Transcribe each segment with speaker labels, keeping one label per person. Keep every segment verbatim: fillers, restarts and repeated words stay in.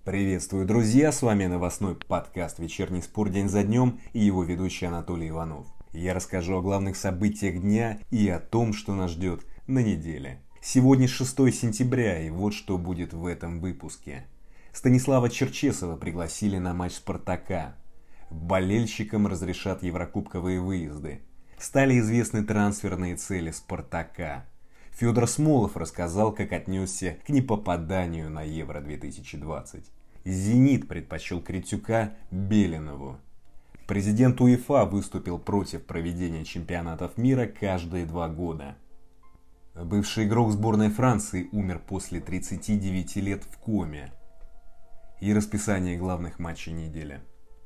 Speaker 1: Приветствую, друзья! С вами новостной подкаст «Вечерний спор день за днем» и его ведущий Анатолий Иванов. Я расскажу о главных событиях дня и о том, что нас ждет на неделе. Сегодня шестое сентября, и вот что будет в этом выпуске. Станислава Черчесова пригласили на матч «Спартака». Болельщикам разрешат еврокубковые выезды. Стали известны трансферные цели «Спартака». Федор Смолов рассказал, как отнесся к непопаданию на Евро две тысячи двадцать. «Зенит» предпочел Критюка Белинову. Президент УЕФА выступил против проведения чемпионатов мира каждые два года. Бывший игрок сборной Франции умер после тридцати девяти лет в коме. И расписание главных матчей недели.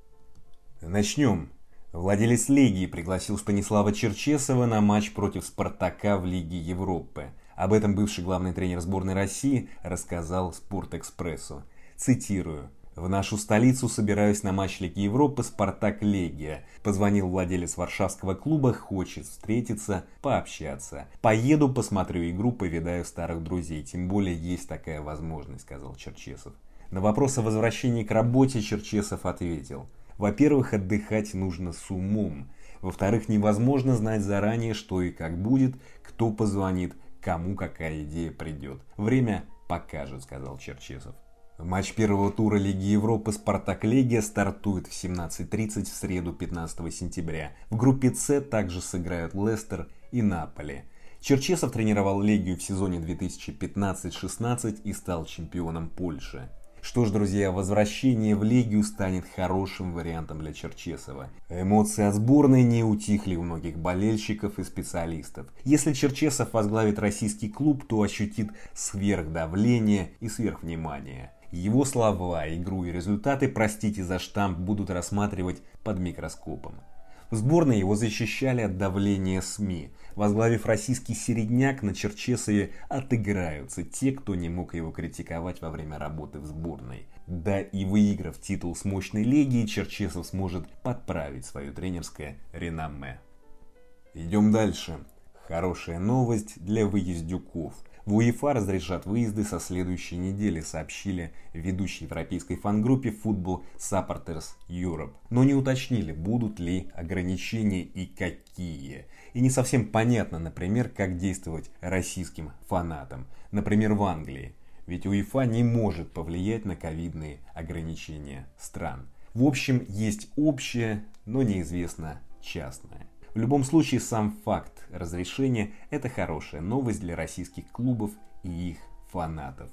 Speaker 1: Начнем. Владелец Легии пригласил Станислава Черчесова на матч против Спартака в Лиге Европы. Об этом бывший главный тренер сборной России рассказал Спортэкспрессу. Цитирую. «В нашу столицу собираюсь на матч Лиги Европы Спартак-Легия. Позвонил владелец варшавского клуба, хочет встретиться, пообщаться. Поеду, посмотрю игру, повидаю старых друзей. Тем более есть такая возможность», — сказал Черчесов. На вопрос о возвращении к работе Черчесов ответил. Во-первых, отдыхать нужно с умом. Во-вторых, невозможно знать заранее, что и как будет, кто позвонит, кому какая идея придет. Время покажет, сказал Черчесов. Матч первого тура Лиги Европы «Спартак-Легия» стартует в семнадцать тридцать в среду пятнадцатого сентября. В группе С также сыграют Лестер и Наполи. Черчесов тренировал Легию в сезоне две тысячи пятнадцать шестнадцать и стал чемпионом Польши. Что ж, друзья, возвращение в Легию станет хорошим вариантом для Черчесова. Эмоции от сборной не утихли у многих болельщиков и специалистов. Если Черчесов возглавит российский клуб, то ощутит сверхдавление и сверхвнимание. Его слова, игру и результаты, простите за штамп, будут рассматривать под микроскопом. В сборной его защищали от давления СМИ. Возглавив российский середняк, на Черчесове отыграются те, кто не мог его критиковать во время работы в сборной. Да и выиграв титул с мощной Легией, Черчесов сможет подправить свое тренерское реноме. Идем дальше. Хорошая новость для выездюков. В УЕФА разрешат выезды со следующей недели, сообщили ведущей европейской фан-группе Football Supporters Europe. Но не уточнили, будут ли ограничения и какие. И не совсем понятно, например, как действовать российским фанатам. Например, в Англии. Ведь УЕФА не может повлиять на ковидные ограничения стран. В общем, есть общее, но неизвестно частное. В любом случае, сам факт разрешения – это хорошая новость для российских клубов и их фанатов.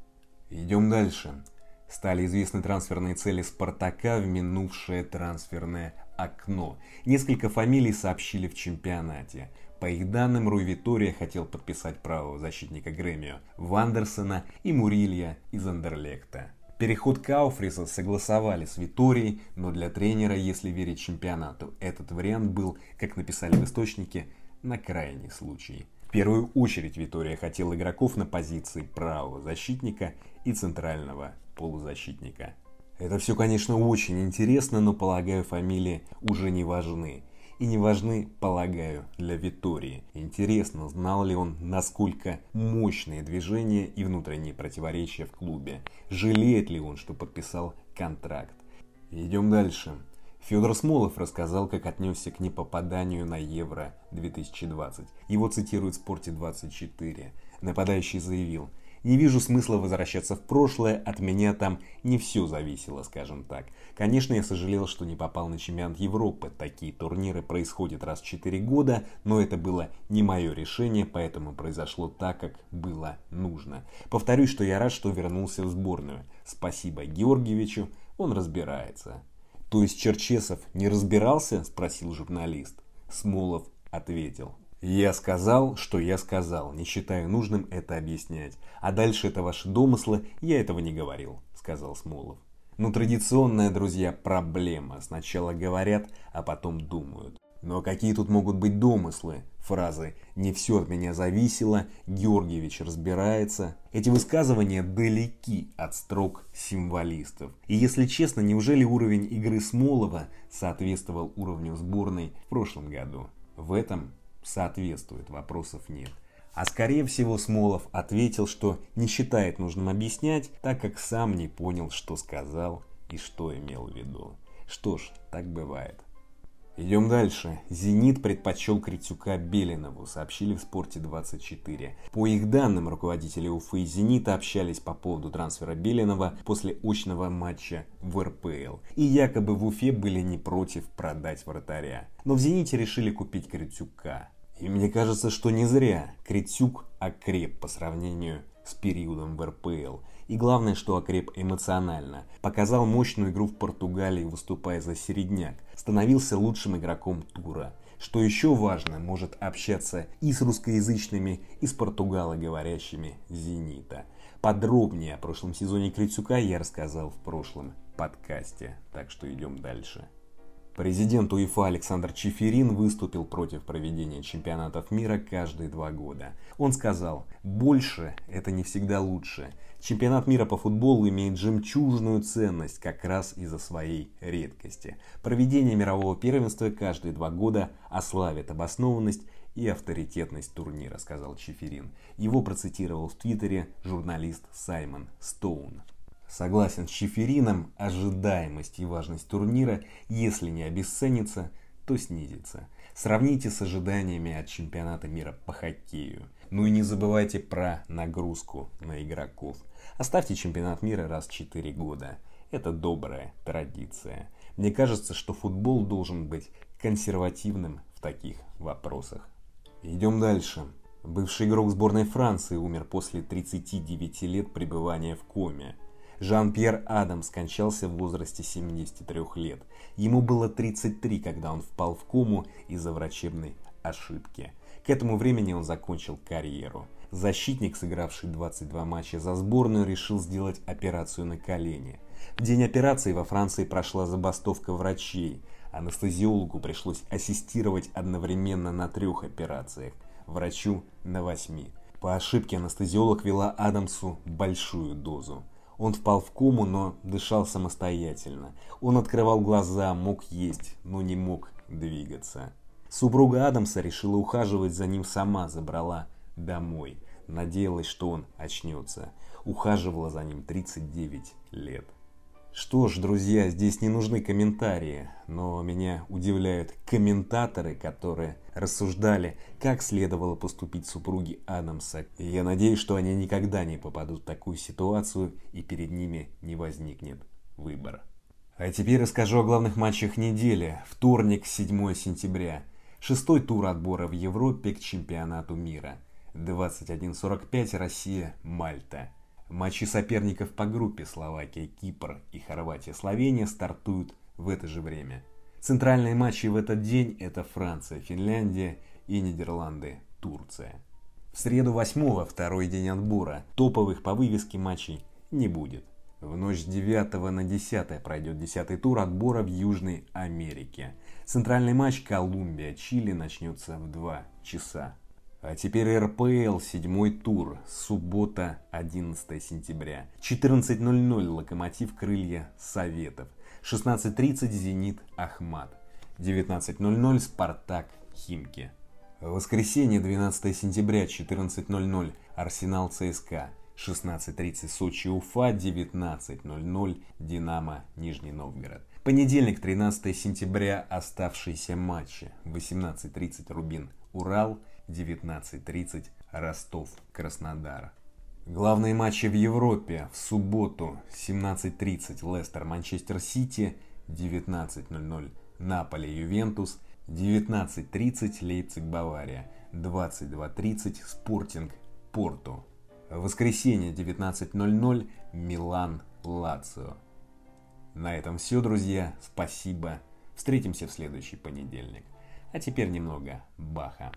Speaker 1: Идем дальше. Стали известны трансферные цели «Спартака» в минувшее трансферное окно. Несколько фамилий сообщили в чемпионате. По их данным, Руй Витория хотел подписать правого защитника Гремио Вандерсона и Мурилья из Андерлехта. Переход Кауфриса согласовали с Виторией, но для тренера, если верить чемпионату, этот вариант был, как написали в источнике, на крайний случай. В первую очередь Витория хотел игроков на позиции правого защитника и центрального полузащитника. Это все, конечно, очень интересно, но, полагаю, фамилии уже не важны. И не важны, полагаю, для Витории. Интересно, знал ли он, насколько мощные движения и внутренние противоречия в клубе. Жалеет ли он, что подписал контракт. Идем дальше. Федор Смолов рассказал, как отнесся к непопаданию на Евро две тысячи двадцать. Его цитирует Спорте двадцать четыре. Нападающий заявил: «Не вижу смысла возвращаться в прошлое, от меня там не все зависело, скажем так. Конечно, я сожалел, что не попал на чемпионат Европы. Такие турниры происходят раз в четыре года, но это было не мое решение, поэтому произошло так, как было нужно. Повторюсь, что я рад, что вернулся в сборную. Спасибо Георгиевичу, он разбирается». «То есть Черчесов не разбирался?» – спросил журналист. Смолов ответил: «Я сказал, что я сказал, не считаю нужным это объяснять. А дальше это ваши домыслы, я этого не говорил», — сказал Смолов. Ну, традиционная, друзья, проблема. Сначала говорят, а потом думают. Но какие тут могут быть домыслы? Фразы «не все от меня зависело», «Георгиевич разбирается». Эти высказывания далеки от строк символистов. И если честно, неужели уровень игры Смолова соответствовал уровню сборной в прошлом году? В этом соответствует, вопросов нет. А скорее всего Смолов ответил, что не считает нужным объяснять, так как сам не понял, что сказал и что имел в виду. Что ж, так бывает. Идем дальше. «Зенит» предпочел Критюка Белинову, сообщили в Спорте двадцать четыре. По их данным, руководители Уфы и «Зенита» общались по поводу трансфера Белинова после очного матча в эр пэ эл. И якобы в Уфе были не против продать вратаря. Но в «Зените» решили купить Критюка. И мне кажется, что не зря. Критюк окреп по сравнению с периодом в эр пэ эл. И главное, что окреп эмоционально. Показал мощную игру в Португалии, выступая за середняк. Становился лучшим игроком тура. Что еще важно, может общаться и с русскоязычными, и с португалоговорящими «Зенита». Подробнее о прошлом сезоне Критюка я рассказал в прошлом подкасте. Так что идем дальше. Президент УЕФА Александр Чеферин выступил против проведения чемпионатов мира каждые два года. Он сказал: «Больше – это не всегда лучше. Чемпионат мира по футболу имеет жемчужную ценность как раз из-за своей редкости. Проведение мирового первенства каждые два года ослабит обоснованность и авторитетность турнира», – сказал Чеферин. Его процитировал в Твиттере журналист Саймон Стоун. Согласен с Чеферином, ожидаемость и важность турнира, если не обесценится, то снизится. Сравните с ожиданиями от чемпионата мира по хоккею. Ну и не забывайте про нагрузку на игроков. Оставьте чемпионат мира раз в четыре года. Это добрая традиция. Мне кажется, что футбол должен быть консервативным в таких вопросах. Идем дальше. Бывший игрок сборной Франции умер после тридцати девяти лет пребывания в коме. Жан-Пьер Адамс скончался в возрасте семидесяти трёх лет. Ему было тридцать три, когда он впал в кому из-за врачебной ошибки. К этому времени он закончил карьеру. Защитник, сыгравший двадцать два матча за сборную, решил сделать операцию на колене. В день операции во Франции прошла забастовка врачей. Анестезиологу пришлось ассистировать одновременно на трех операциях, врачу на восьми. По ошибке анестезиолог ввела Адамсу большую дозу. Он впал в кому, но дышал самостоятельно. Он открывал глаза, мог есть, но не мог двигаться. Супруга Адамса решила ухаживать за ним сама, забрала домой. Надеялась, что он очнется. Ухаживала за ним тридцать девять лет. Что ж, друзья, здесь не нужны комментарии, но меня удивляют комментаторы, которые рассуждали, как следовало поступить супруге Адамса. И я надеюсь, что они никогда не попадут в такую ситуацию и перед ними не возникнет выбор. А теперь расскажу о главных матчах недели. Вторник, седьмое сентября. Шестой тур отбора в Европе к чемпионату мира. двадцать один сорок пять Россия-Мальта. Матчи соперников по группе Словакия, Кипр и Хорватия-Словения стартуют в это же время. Центральные матчи в этот день – это Франция, Финляндия и Нидерланды, Турция. В среду восьмого, второй день отбора, топовых по вывеске матчей не будет. В ночь с девятого на десятое пройдет десятый тур отбора в Южной Америке. Центральный матч Колумбия-Чили начнется в два часа. А теперь эр пэ эл, седьмой тур, суббота, одиннадцатое сентября. четырнадцать ноль ноль Локомотив Крылья Советов. шестнадцать тридцать Зенит Ахмат. девятнадцать ноль ноль Спартак Химки. Воскресенье, двенадцатое сентября, четырнадцать ноль ноль Арсенал ЦСКА. шестнадцать тридцать Сочи Уфа, девятнадцать ноль ноль Динамо Нижний Новгород. Понедельник, тринадцатое сентября, оставшиеся матчи. восемнадцать тридцать Рубин Урал, девятнадцать тридцать Ростов-Краснодар. Главные матчи в Европе в субботу семнадцать тридцать Лестер Манчестер Сити, девятнадцать ноль ноль Наполи Ювентус, девятнадцать тридцать Лейпциг Бавария, двадцать два тридцать Спортинг Порту. Воскресенье девятнадцать ноль ноль Милан Лацио. На этом все, друзья. Спасибо. Встретимся в следующий понедельник. А теперь немного Баха.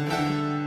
Speaker 1: Thank you.